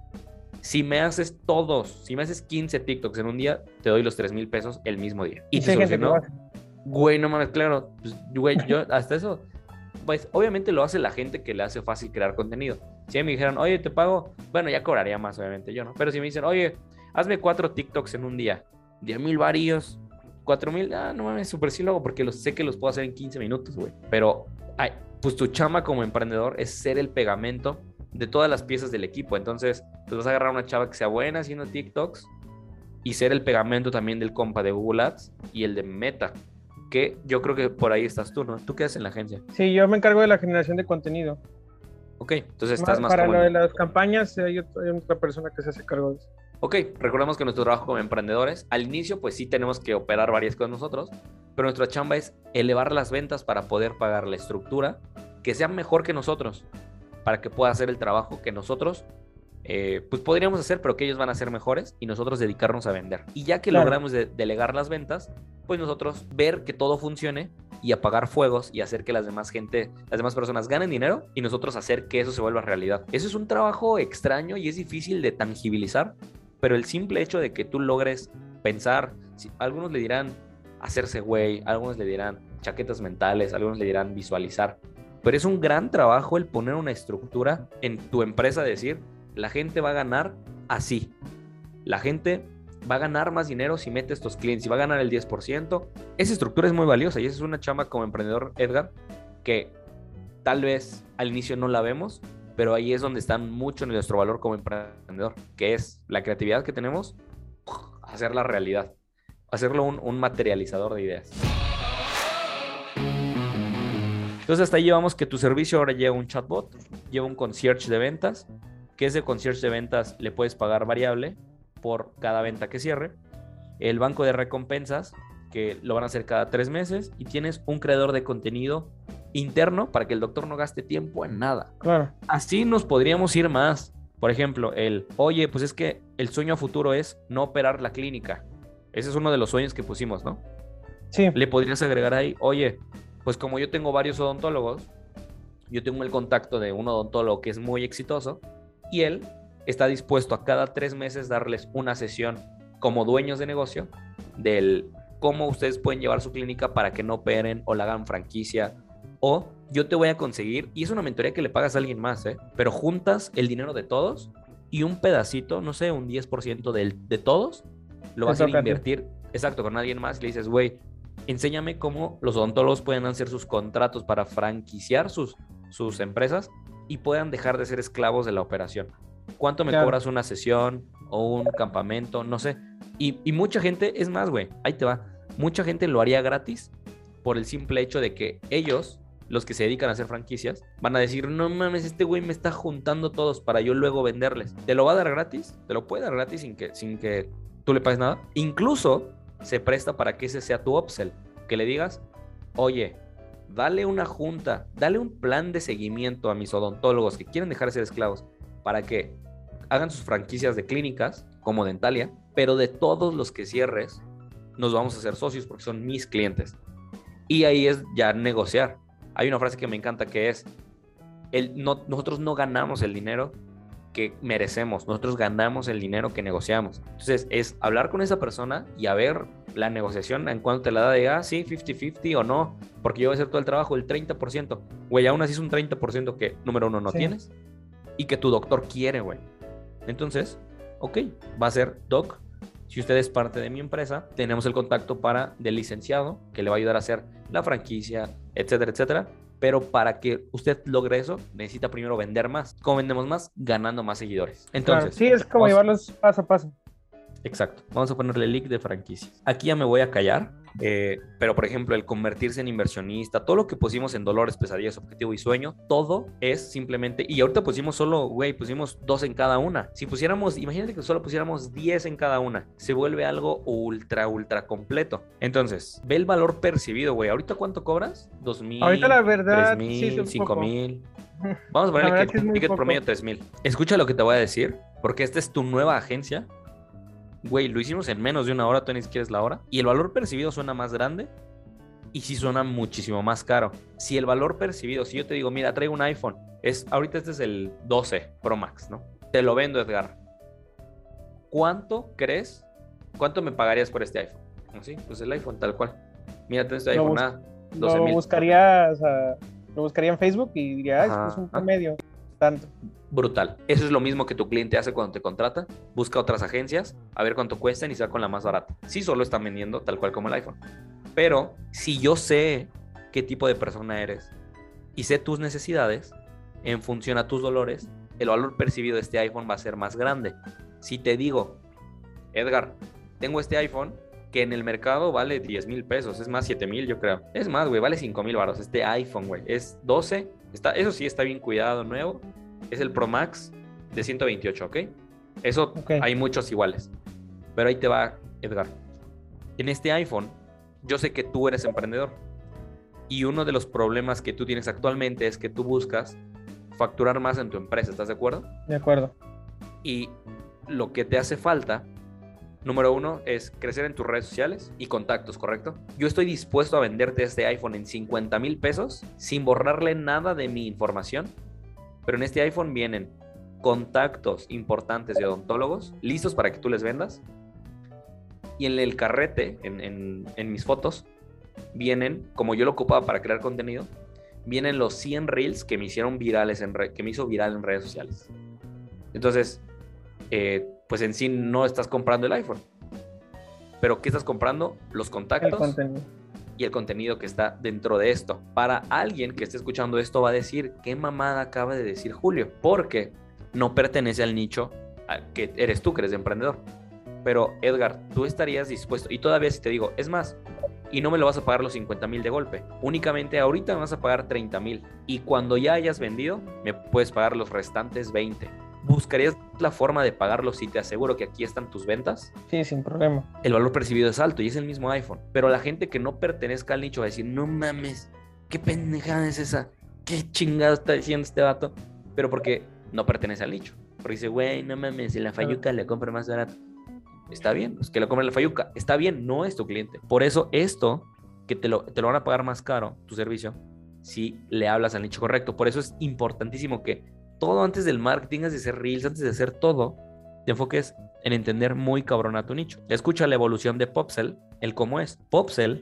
Si me haces todos, si me haces quince TikToks en un día, te doy los tres mil pesos el mismo día. Y, y te solucionó. Güey, no mames, claro, pues, güey, yo hasta eso, pues obviamente lo hace la gente que le hace fácil crear contenido. Si me dijeran, oye, te pago, bueno, ya cobraría más, obviamente yo, ¿no? Pero si me dicen, oye, hazme cuatro TikToks en un día, diez mil varillos, cuatro mil, ah, no mames, súper sí lo hago porque los, sé que los puedo hacer en quince minutos, güey. Pero, ay, pues tu chamba como emprendedor es ser el pegamento de todas las piezas del equipo. Entonces, pues vas a agarrar una chava que sea buena haciendo TikToks y ser el pegamento también del compa de Google Ads y el de Meta. Que yo creo que por ahí estás tú, ¿no? ¿Tú qué haces en la agencia? Sí, yo me encargo de la generación de contenido. Ok, entonces estás más, más para como... lo de las campañas hay otra persona que se hace cargo de eso. Ok, recordemos que nuestro trabajo como emprendedores, al inicio pues sí tenemos que operar varias cosas nosotros, pero nuestra chamba es elevar las ventas para poder pagar la estructura que sea mejor que nosotros, para que pueda hacer el trabajo que nosotros eh, pues podríamos hacer, pero que ellos van a ser mejores y nosotros dedicarnos a vender. Y ya que claro. logramos de- delegar las ventas, pues nosotros ver que todo funcione y apagar fuegos y hacer que las demás gente, las demás personas ganen dinero y nosotros hacer que eso se vuelva realidad. Eso es un trabajo extraño y es difícil de tangibilizar, pero el simple hecho de que tú logres pensar, si, algunos le dirán hacerse güey, algunos le dirán chaquetas mentales, algunos le dirán visualizar, pero es un gran trabajo el poner una estructura en tu empresa, decir, la gente va a ganar así. La gente va a ganar más dinero si mete estos clientes y va a ganar el diez por ciento. Esa estructura es muy valiosa y esa es una chamba como emprendedor, Edgar, que tal vez al inicio no la vemos, pero ahí es donde está mucho en nuestro valor como emprendedor, que es la creatividad que tenemos, hacerla realidad, hacerlo un, un materializador de ideas. Entonces hasta ahí llevamos que tu servicio ahora lleva un chatbot, lleva un concierge de ventas, que ese concierge de ventas le puedes pagar variable por cada venta que cierre, el banco de recompensas, que lo van a hacer cada tres meses, y tienes un creador de contenido interno para que el doctor no gaste tiempo en nada. Claro. Así nos podríamos ir más. Por ejemplo, el, oye, pues es que el sueño a futuro es no operar la clínica. Ese es uno de los sueños que pusimos, ¿no? Sí. Le podrías agregar ahí, oye, pues como yo tengo varios odontólogos, yo tengo el contacto de un odontólogo que es muy exitoso y él está dispuesto a cada tres meses darles una sesión como dueños de negocio del cómo ustedes pueden llevar su clínica para que no operen o la hagan franquicia. O yo te voy a conseguir, y es una mentoría que le pagas a alguien más, ¿eh? Pero juntas el dinero de todos y un pedacito, no sé, un diez por ciento de, de todos, lo vas a ir a invertir, exacto, con alguien más y le dices, güey, enséñame cómo los odontólogos pueden hacer sus contratos para franquiciar sus, sus empresas y puedan dejar de ser esclavos de la operación. ¿Cuánto me claro. cobras una sesión o un campamento? No sé. Y, y mucha gente, es más, güey, ahí te va, mucha gente lo haría gratis por el simple hecho de que ellos, los que se dedican a hacer franquicias, van a decir, no mames, este güey me está juntando todos para yo luego venderles. ¿Te lo va a dar gratis? Te lo puede dar gratis sin que, sin que tú le pagues nada. Incluso se presta para que ese sea tu upsell, que le digas, oye, dale una junta, dale un plan de seguimiento a mis odontólogos que quieren dejar de ser esclavos para que hagan sus franquicias de clínicas, como Dentalia, pero de todos los que cierres, nos vamos a hacer socios porque son mis clientes. Y ahí es ya negociar. Hay una frase que me encanta que es, el, no, nosotros no ganamos el dinero que merecemos, nosotros ganamos el dinero que negociamos. Entonces es hablar con esa persona y a ver la negociación en cuanto te la da de, ah, sí, cincuenta cincuenta o no, porque yo voy a hacer todo el trabajo, el treinta por ciento. Güey, aún así es un treinta por ciento que, número uno, no sí. tienes y que tu doctor quiere, güey. Entonces, ok, va a ser, doc, si usted es parte de mi empresa, tenemos el contacto para del licenciado que le va a ayudar a hacer la franquicia, etcétera, etcétera. Pero para que usted logre eso, necesita primero vender más. ¿Cómo vendemos más? Ganando más seguidores. Entonces, claro, sí, es como llevarlos paso a paso. Exacto. Vamos a ponerle link de franquicias. Aquí ya me voy a callar. Eh, pero, por ejemplo, el convertirse en inversionista, todo lo que pusimos en dolores, pesadillas, objetivo y sueño, todo es simplemente... Y ahorita pusimos solo, güey, pusimos dos en cada una. Si pusiéramos, imagínate que solo pusiéramos diez en cada una. Se vuelve algo ultra, ultra completo. Entonces, ve el valor percibido, güey. ¿Ahorita cuánto cobras? ¿Dos mil? Ahorita la verdad, tres mil, sí, es cinco mil. Vamos a ponerle que un ticket promedio tres mil. Escucha lo que te voy a decir, porque esta es tu nueva agencia. Güey, lo hicimos en menos de una hora, tú ni siquiera es la hora. Y el valor percibido suena más grande y sí suena muchísimo más caro. Si el valor percibido, si yo te digo, mira, traigo un iPhone, es, ahorita este es el doce Pro Max, ¿no? Te lo vendo, Edgar. ¿Cuánto crees? ¿Cuánto me pagarías por este iPhone? ¿Sí? Pues el iPhone tal cual. Mira, tengo este iPhone a doce mil. Lo buscaría, o sea, lo buscaría en Facebook y diría, ah, es un promedio. Tanto. Brutal. Eso es lo mismo que tu cliente hace cuando te contrata. Busca otras agencias, a ver cuánto cuestan y se va con la más barata. Sí, solo están vendiendo tal cual como el iPhone. Pero si yo sé qué tipo de persona eres y sé tus necesidades, en función a tus dolores, el valor percibido de este iPhone va a ser más grande. Si te digo, Edgar, tengo este iPhone que en el mercado vale diez mil pesos, es más siete mil yo creo. Es más, güey, vale cinco mil baros. Este iPhone, güey, es doce. Está, eso sí, está bien cuidado, nuevo. Es el Pro Max de ciento veintiocho, ¿ok? Eso okay. Hay muchos iguales. Pero ahí te va, Edgar. En este iPhone, yo sé que tú eres emprendedor. Y uno de los problemas que tú tienes actualmente es que tú buscas facturar más en tu empresa, ¿estás de acuerdo? De acuerdo. Y lo que te hace falta, número uno, es crecer en tus redes sociales y contactos, ¿correcto? Yo estoy dispuesto a venderte este iPhone en cincuenta mil pesos sin borrarle nada de mi información. Pero en este iPhone vienen contactos importantes de odontólogos listos para que tú les vendas. Y en el carrete, en, en, en mis fotos, vienen, como yo lo ocupaba para crear contenido, vienen los cien reels que me hicieron virales, en re, que me hizo viral en redes sociales. Entonces, eh, pues en sí no estás comprando el iPhone. Pero ¿qué estás comprando? Los contactos. El contenido. Y el contenido que está dentro de esto. Para alguien que esté escuchando esto va a decir, ¿qué mamada acaba de decir Julio? Porque no pertenece al nicho que eres tú, que eres emprendedor. Pero Edgar, tú estarías dispuesto, y todavía si te digo, es más, y no me lo vas a pagar los cincuenta mil de golpe, únicamente ahorita me vas a pagar treinta mil, y cuando ya hayas vendido, me puedes pagar los restantes veinte. ¿Buscarías la forma de pagarlo si te aseguro que aquí están tus ventas? Sí, sin problema. El valor percibido es alto y es el mismo iPhone. Pero la gente que no pertenezca al nicho va a decir, no mames, ¿qué pendejada es esa? ¿Qué chingado está diciendo este vato? Pero porque no pertenece al nicho. Porque dice, güey, no mames, en la Fayuca le compro más barato. Está bien, pues que lo compre en la Fayuca. Está bien, no es tu cliente. Por eso esto, que te lo, te lo van a pagar más caro, tu servicio, si le hablas al nicho correcto. Por eso es importantísimo que todo antes del marketing, antes de hacer reels, antes de hacer todo, te enfoques en entender muy cabrón a tu nicho. Escucha la evolución de Popsell, el cómo es. Popsell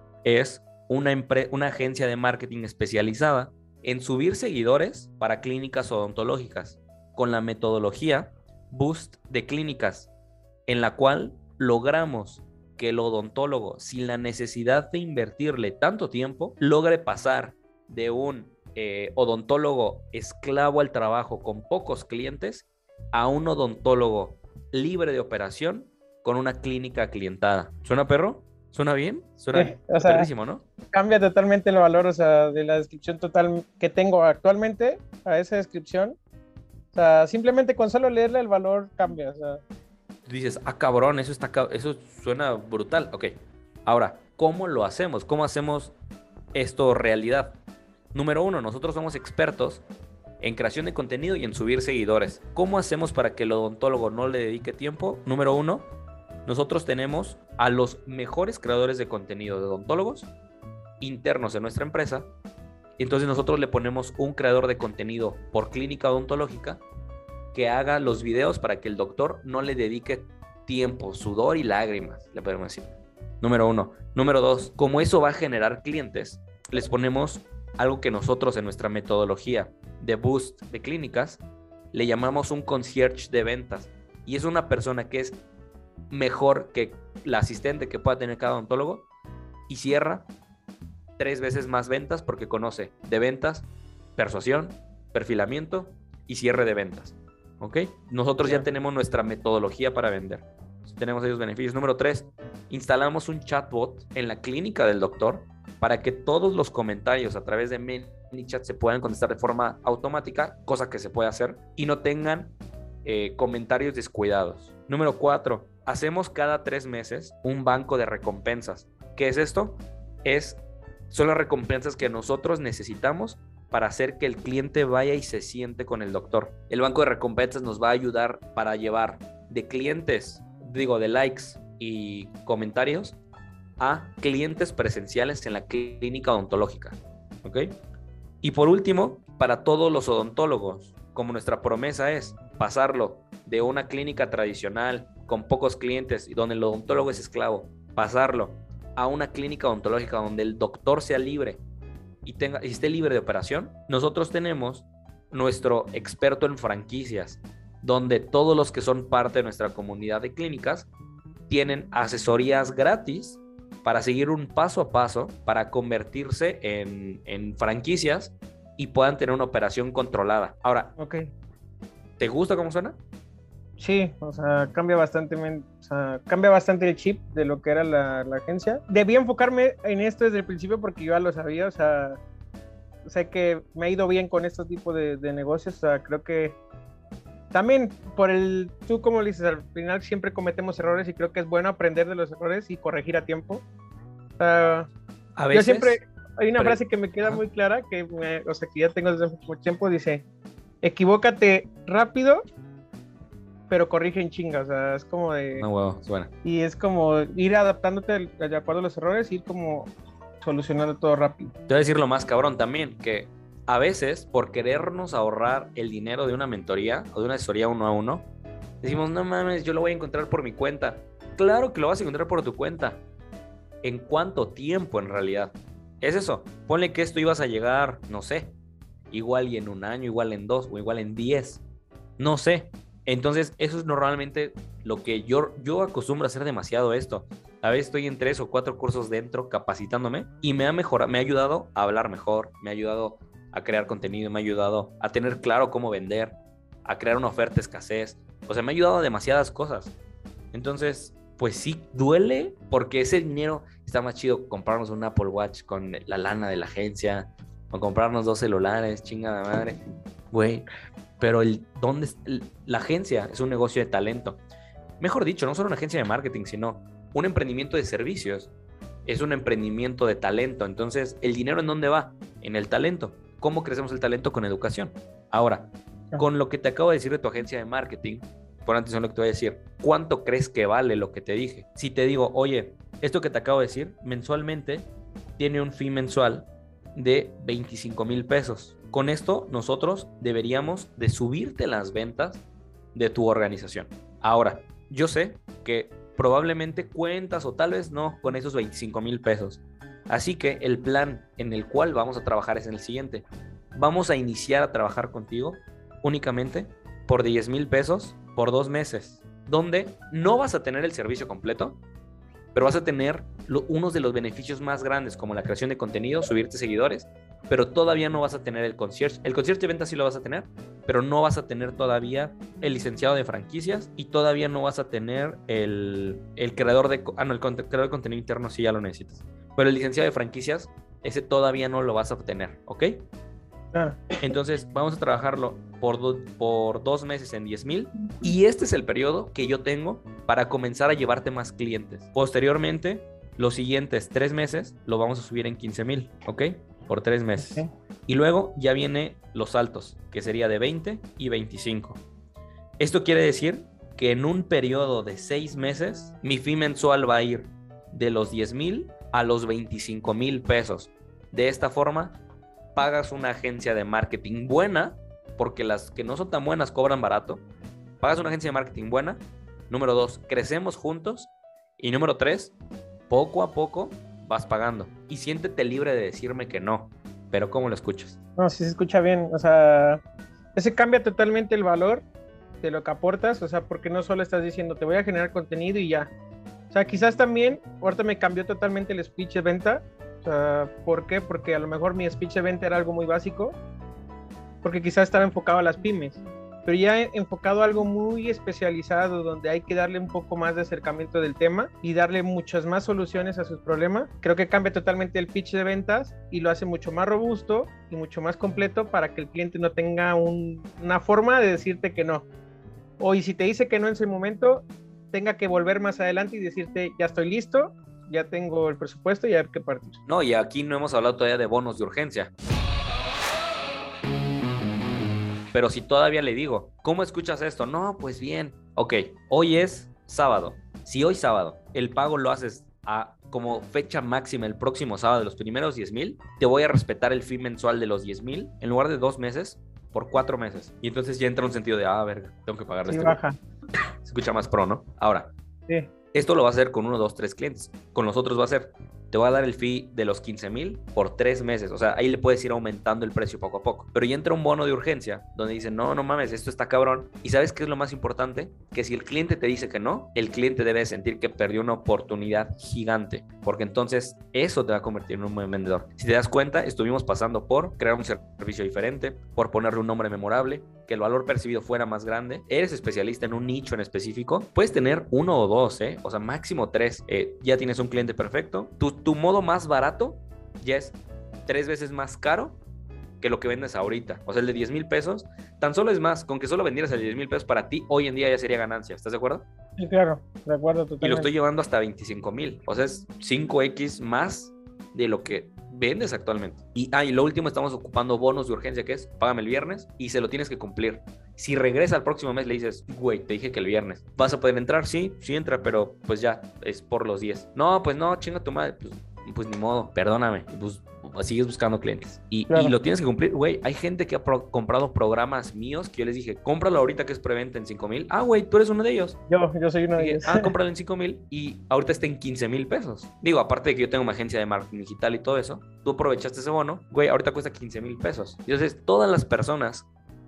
es una, empre- una agencia de marketing especializada en subir seguidores para clínicas odontológicas con la metodología Boost de Clínicas, en la cual logramos que el odontólogo, sin la necesidad de invertirle tanto tiempo, logre pasar de un Eh, odontólogo esclavo al trabajo con pocos clientes a un odontólogo libre de operación con una clínica clientada. ¿Suena perro? ¿Suena bien? Suena Sí, o sea, perrísimo, ¿no? Cambia totalmente el valor, o sea, de la descripción total que tengo actualmente a esa descripción. O sea, simplemente con solo leerla el valor cambia. O sea. Tú dices, ah, cabrón, eso, está, eso suena brutal. Ok, ahora, ¿cómo lo hacemos? ¿Cómo hacemos esto realidad? Número uno, nosotros somos expertos en creación de contenido y en subir seguidores. ¿Cómo hacemos para que el odontólogo no le dedique tiempo? Número uno, nosotros tenemos a los mejores creadores de contenido de odontólogos internos en nuestra empresa. Entonces nosotros le ponemos un creador de contenido por clínica odontológica que haga los videos para que el doctor no le dedique tiempo, sudor y lágrimas, le podemos decir. Número uno. Número dos, como eso va a generar clientes, les ponemos algo que nosotros en nuestra metodología de Boost de Clínicas le llamamos un concierge de ventas, y es una persona que es mejor que la asistente que pueda tener cada odontólogo y cierra tres veces más ventas porque conoce de ventas, persuasión, perfilamiento y cierre de ventas. ¿Ok? Nosotros ya tenemos nuestra metodología para vender. Tenemos esos beneficios. Número tres, instalamos un chatbot en la clínica del doctor para que todos los comentarios a través de ManyChat se puedan contestar de forma automática, cosa que se puede hacer, y no tengan eh, comentarios descuidados. Número cuatro, hacemos cada tres meses un banco de recompensas. ¿Qué es esto? Es, son las recompensas que nosotros necesitamos para hacer que el cliente vaya y se siente con el doctor. El banco de recompensas nos va a ayudar para llevar de clientes, digo, de likes y comentarios a clientes presenciales en la clínica odontológica. ¿Ok? Y por último, para todos los odontólogos, como nuestra promesa es pasarlo de una clínica tradicional con pocos clientes y donde el odontólogo es esclavo, pasarlo a una clínica odontológica donde el doctor sea libre y, tenga, y esté libre de operación, nosotros tenemos nuestro experto en franquicias, donde todos los que son parte de nuestra comunidad de clínicas tienen asesorías gratis para seguir un paso a paso para convertirse en, en franquicias y puedan tener una operación controlada. Ahora, okay. ¿Te gusta cómo suena? Sí, o sea, cambia bastante, o sea, cambia bastante el chip de lo que era la, la agencia. Debí enfocarme en esto desde el principio porque yo ya lo sabía, o sea, sé que me ha ido bien con este tipo de, de negocios, o sea, creo que también por el, tú como dices, al final siempre cometemos errores y creo que es bueno aprender de los errores y corregir a tiempo. O sea, a veces, yo siempre, hay una pero, frase que me queda ajá. muy clara, que me, o sea, que ya tengo desde mucho tiempo, dice, equivócate rápido, pero corrige en chinga, o sea, es como de... No, huevo, suena. Y es como ir adaptándote de acuerdo a los errores, ir como solucionando todo rápido. Te voy a decir lo más cabrón también, que a veces, por querernos ahorrar el dinero de una mentoría o de una asesoría uno a uno, decimos, no mames, yo lo voy a encontrar por mi cuenta. Claro que lo vas a encontrar por tu cuenta. ¿En cuánto tiempo en realidad? Es eso. Ponle que esto ibas a llegar, no sé, igual y en un año, igual en dos, o igual en diez. No sé. Entonces, eso es normalmente lo que yo, yo acostumbro a hacer demasiado esto. A veces estoy en tres o cuatro cursos dentro capacitándome y me ha mejorado, me ha ayudado a hablar mejor, me ha ayudado a crear contenido, me ha ayudado a tener claro cómo vender, a crear una oferta escasez. O sea, me ha ayudado a demasiadas cosas. Entonces, pues sí, duele porque ese dinero está más chido comprarnos un Apple Watch con la lana de la agencia o comprarnos dos celulares, chingada madre. Güey, pero el, ¿dónde es? La agencia es un negocio de talento. Mejor dicho, no solo una agencia de marketing, sino un emprendimiento de servicios. Es un emprendimiento de talento. Entonces, ¿el dinero en dónde va? En el talento. ¿Cómo crecemos el talento? Con educación. Ahora, con lo que te acabo de decir de tu agencia de marketing, por atención a lo que te voy a decir, ¿cuánto crees que vale lo que te dije? Si te digo, oye, esto que te acabo de decir, mensualmente tiene un fee mensual de veinticinco mil pesos. Con esto, nosotros deberíamos de subirte las ventas de tu organización. Ahora, yo sé que probablemente cuentas o tal vez no con esos veinticinco mil pesos. Así que el plan en el cual vamos a trabajar es el siguiente. Vamos a iniciar a trabajar contigo únicamente por diez mil pesos por dos meses, donde no vas a tener el servicio completo, pero vas a tener lo, unos de los beneficios más grandes, como la creación de contenido, subirte seguidores, pero todavía no vas a tener el concierge. El concierge de ventas sí lo vas a tener, pero no vas a tener todavía el licenciado de franquicias y todavía no vas a tener el, el creador de... Ah, no, el creador de contenido interno sí ya lo necesitas. Pero el licenciado de franquicias, ese todavía no lo vas a obtener, ¿ok? Ah. Entonces vamos a trabajarlo por, do, por dos meses en diez mil y este es el periodo que yo tengo para comenzar a llevarte más clientes. Posteriormente, los siguientes tres meses lo vamos a subir en quince mil, ¿ok? Por tres meses. Okay. Y luego ya viene los saltos, que sería de veinte y veinticinco. Esto quiere decir que en un periodo de seis meses mi fee mensual va a ir de los diez mil a los veinticinco mil pesos. De esta forma pagas una agencia de marketing buena, porque las que no son tan buenas cobran barato. Pagas una agencia de marketing buena. Número dos, crecemos juntos. Y número tres, poco a poco vas pagando. Y siéntete libre de decirme que no. Pero ¿cómo lo escuchas? No, sí se escucha bien. O sea, ese cambia totalmente el valor de lo que aportas. O sea, porque no solo estás diciendo te voy a generar contenido y ya. O sea, quizás también, ahorita me cambió totalmente el speech de venta. O sea, ¿por qué? Porque a lo mejor mi speech de venta era algo muy básico, porque quizás estaba enfocado a las pymes, pero ya enfocado a algo muy especializado, donde hay que darle un poco más de acercamiento del tema y darle muchas más soluciones a sus problemas. Creo que cambia totalmente el pitch de ventas y lo hace mucho más robusto y mucho más completo para que el cliente no tenga un, una forma de decirte que no. O y si te dice que no en ese momento, tenga que volver más adelante y decirte, ya estoy listo, ya tengo el presupuesto y hay que partir. No, y aquí no hemos hablado todavía de bonos de urgencia. Pero si todavía le digo, ¿cómo escuchas esto? No, pues bien. Ok, hoy es sábado. Si hoy sábado el pago lo haces a como fecha máxima el próximo sábado de los primeros diez mil, te voy a respetar el fee mensual de los diez mil en lugar de dos meses por cuatro meses. Y entonces ya entra un sentido de, ah, verga, tengo que pagarle sí, este. Baja. Se escucha más pro, ¿no? Ahora, sí. Esto lo va a hacer con uno, dos, tres clientes. Con los otros va a ser, te voy a dar el fee de los quince mil por tres meses. O sea, ahí le puedes ir aumentando el precio poco a poco. Pero ya entra un bono de urgencia donde dicen, no, no mames, esto está cabrón. ¿Y sabes qué es lo más importante? Que si el cliente te dice que no, el cliente debe sentir que perdió una oportunidad gigante. Porque entonces eso te va a convertir en un buen vendedor. Si te das cuenta, estuvimos pasando por crear un servicio diferente, por ponerle un nombre memorable, que el valor percibido fuera más grande. Eres especialista en un nicho en específico. Puedes tener uno o dos, ¿eh? O sea, máximo tres. Eh, ya tienes un cliente perfecto. Tu, tu modo más barato ya es tres veces más caro que lo que vendes ahorita. O sea, el de diez mil pesos, tan solo es más. Con que solo vendieras el de diez mil pesos para ti, hoy en día ya sería ganancia. ¿Estás de acuerdo? Sí, claro. De acuerdo totalmente. Y lo estoy llevando hasta veinticinco mil. O sea, es cinco equis más de lo que vendes actualmente. Y, ah, y lo último, estamos ocupando bonos de urgencia, que es, págame el viernes y se lo tienes que cumplir. Si regresa al próximo mes, le dices, güey, te dije que el viernes. ¿Vas a poder entrar? Sí, sí entra, pero pues ya, es por los diez. No, pues no, chinga tu madre. Pues, pues ni modo, perdóname. Pues sigues buscando clientes. Y, claro. y lo tienes que cumplir, güey. Hay gente que ha pro- comprado programas míos que yo les dije, cómpralo ahorita que es preventa en cinco mil. Ah, güey, tú eres uno de ellos. Yo, yo soy uno de ellos. Ah, cómpralo en cinco mil y ahorita está en quince mil pesos. Digo, aparte de que yo tengo una agencia de marketing digital y todo eso, tú aprovechaste ese bono, güey, ahorita cuesta quince mil pesos. Entonces, todas las personas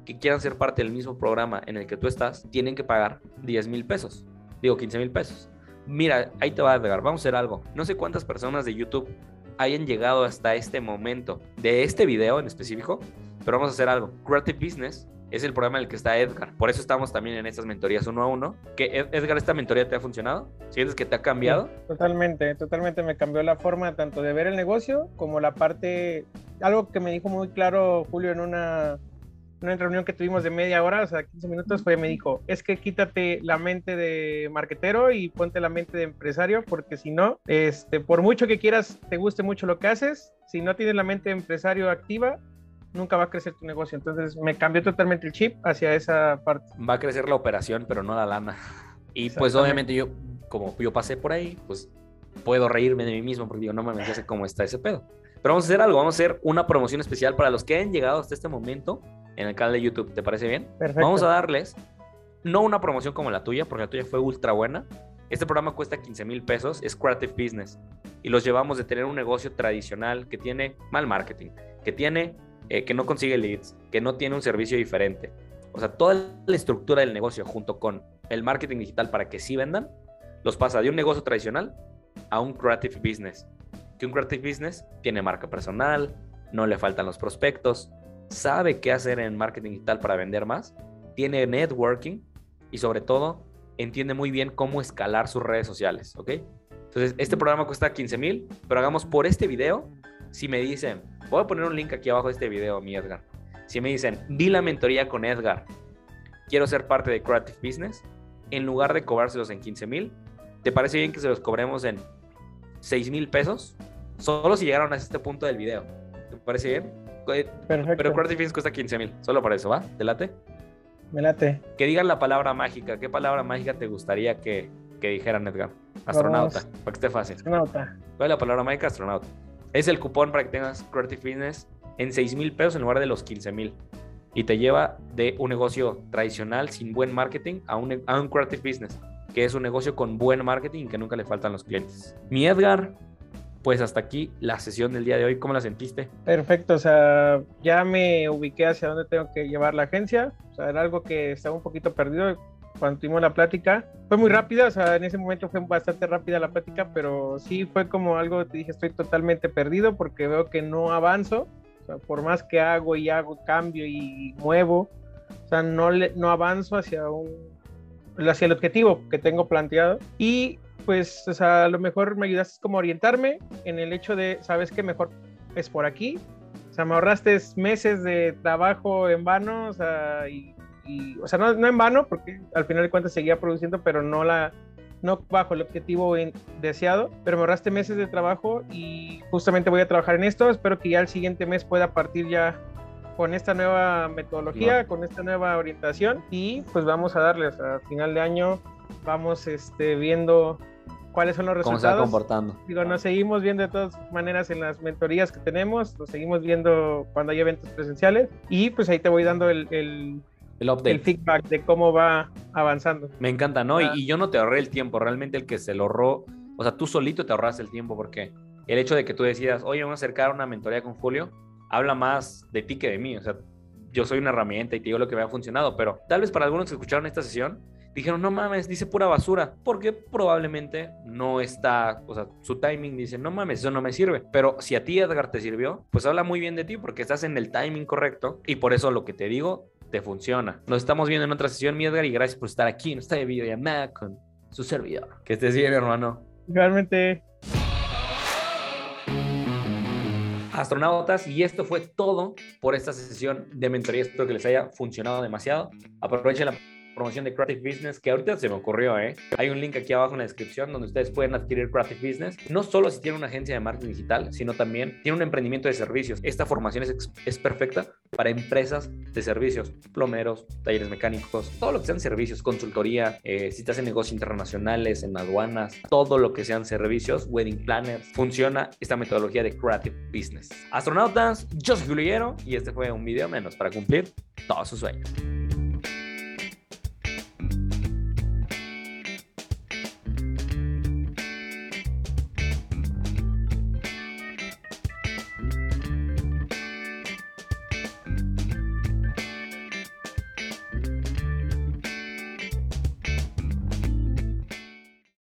que quieran ser parte del mismo programa en el que tú estás, tienen que pagar diez mil pesos. Digo, quince mil pesos. Mira, ahí te va a pegar. Vamos a hacer algo. No sé cuántas personas de YouTube hayan llegado hasta este momento de este video en específico, pero vamos a hacer algo. Creative Business es el programa en el que está Edgar. Por eso estamos también en estas mentorías uno a uno. ¿Que Edgar, esta mentoría te ha funcionado? ¿Sientes que te ha cambiado? Sí, totalmente, totalmente me cambió la forma tanto de ver el negocio como la parte... Algo que me dijo muy claro Julio en una, una reunión que tuvimos de media hora, o sea, quince minutos, fue, me dijo, es que quítate la mente de marketero y ponte la mente de empresario, porque si no, este, por mucho que quieras, te guste mucho lo que haces, si no tienes la mente de empresario activa, nunca va a crecer tu negocio. Entonces me cambió totalmente el chip hacia esa parte. Va a crecer la operación, pero no la lana. Y pues obviamente yo, como yo pasé por ahí, pues puedo reírme de mí mismo porque digo, no mames, ya sé cómo está ese pedo. Pero vamos a hacer algo, vamos a hacer una promoción especial para los que hayan llegado hasta este momento en el canal de YouTube. ¿Te parece bien? Perfecto. Vamos a darles, no una promoción como la tuya, porque la tuya fue ultra buena. Este programa cuesta quince mil pesos, es Creative Business. Y los llevamos de tener un negocio tradicional que tiene mal marketing, que tiene... Eh, que no consigue leads, que no tiene un servicio diferente. O sea, toda la estructura del negocio junto con el marketing digital para que sí vendan, los pasa de un negocio tradicional a un creative business. Que un creative business tiene marca personal, no le faltan los prospectos, sabe qué hacer en marketing digital para vender más, tiene networking y sobre todo entiende muy bien cómo escalar sus redes sociales, ¿ok? Entonces, este programa cuesta quince mil, pero hagamos por este video, si me dicen, voy a poner un link aquí abajo de este video, mi Edgar. Si me dicen, vi la mentoría con Edgar, quiero ser parte de Creative Business, en lugar de cobrárselos en quince mil, ¿te parece bien que se los cobremos en seis mil pesos? Solo si llegaron a este punto del video. ¿Te parece bien? Perfecto. Pero Creative Business cuesta quince mil, solo para eso, ¿va? ¿Te late? Me late. Que digan la palabra mágica. ¿Qué palabra mágica te gustaría que, que dijeran, Edgar? Astronauta, Vamos. para que esté fácil. Astronauta. ¿Cuál es la palabra mágica? Astronauta. Es el cupón para que tengas Creative Business en seis mil pesos en lugar de los quince mil. Y te lleva de un negocio tradicional sin buen marketing a un, a un Creative Business, que es un negocio con buen marketing y que nunca le faltan los clientes. Mi Edgar, pues hasta aquí la sesión del día de hoy. ¿Cómo la sentiste? Perfecto, o sea, ya me ubiqué hacia dónde tengo que llevar la agencia. O sea, era algo que estaba un poquito perdido cuando tuvimos la plática. Fue muy rápida, o sea, en ese momento fue bastante rápida la plática, pero sí fue como algo, te dije, estoy totalmente perdido porque veo que no avanzo. O sea, por más que hago y hago cambio y muevo, o sea, no, le, no avanzo hacia, un, hacia el objetivo que tengo planteado. Y pues, o sea, a lo mejor me ayudaste como a orientarme en el hecho de, ¿sabes qué? Mejor es por aquí. O sea, me ahorraste meses de trabajo en vano, o sea, y, y o sea, no, no en vano, porque al final de cuentas seguía produciendo, pero no la... no bajo el objetivo deseado, pero me ahorraste meses de trabajo y justamente voy a trabajar en esto. Espero que ya el siguiente mes pueda partir ya con esta nueva metodología, no. con esta nueva orientación y pues vamos a darles a final de año, vamos este, viendo cuáles son los resultados. ¿Cómo se va comportando? Digo, nos seguimos viendo de todas maneras en las mentorías que tenemos, nos seguimos viendo cuando hay eventos presenciales y pues ahí te voy dando el... el El update. El feedback de cómo va avanzando. Me encanta, ¿no? Ah. Y, y yo no te ahorré el tiempo, realmente el que se lo ahorró, o sea, tú solito te ahorraste el tiempo porque el hecho de que tú decidas, oye, vamos a acercar una mentoría con Julio, habla más de ti que de mí, o sea, yo soy una herramienta y te digo lo que me ha funcionado, pero tal vez para algunos que escucharon esta sesión, dijeron, no mames, dice pura basura, porque probablemente no está, o sea, su timing dice, no mames, eso no me sirve, pero si a ti, Edgar, te sirvió, pues habla muy bien de ti porque estás en el timing correcto y por eso lo que te digo te funciona. Nos estamos viendo en otra sesión, mi Edgar, y gracias por estar aquí en esta videollamada con su servidor. Que estés bien, hermano. Realmente. Astronautas, y esto fue todo por esta sesión de mentoría. Espero que les haya funcionado demasiado. Aprovechen la promoción de Creative Business, que ahorita se me ocurrió, ¿eh? Hay un link aquí abajo en la descripción donde ustedes pueden adquirir Creative Business, no solo si tienen una agencia de marketing digital, sino también tienen un emprendimiento de servicios. Esta formación es, es perfecta para empresas de servicios, plomeros, talleres mecánicos, todo lo que sean servicios, consultoría, eh, si estás en negocios internacionales, en aduanas, todo lo que sean servicios, wedding planners, funciona esta metodología de Creative Business. Astronautas, yo soy Julio Higuero y este fue un video menos para cumplir todos sus sueños.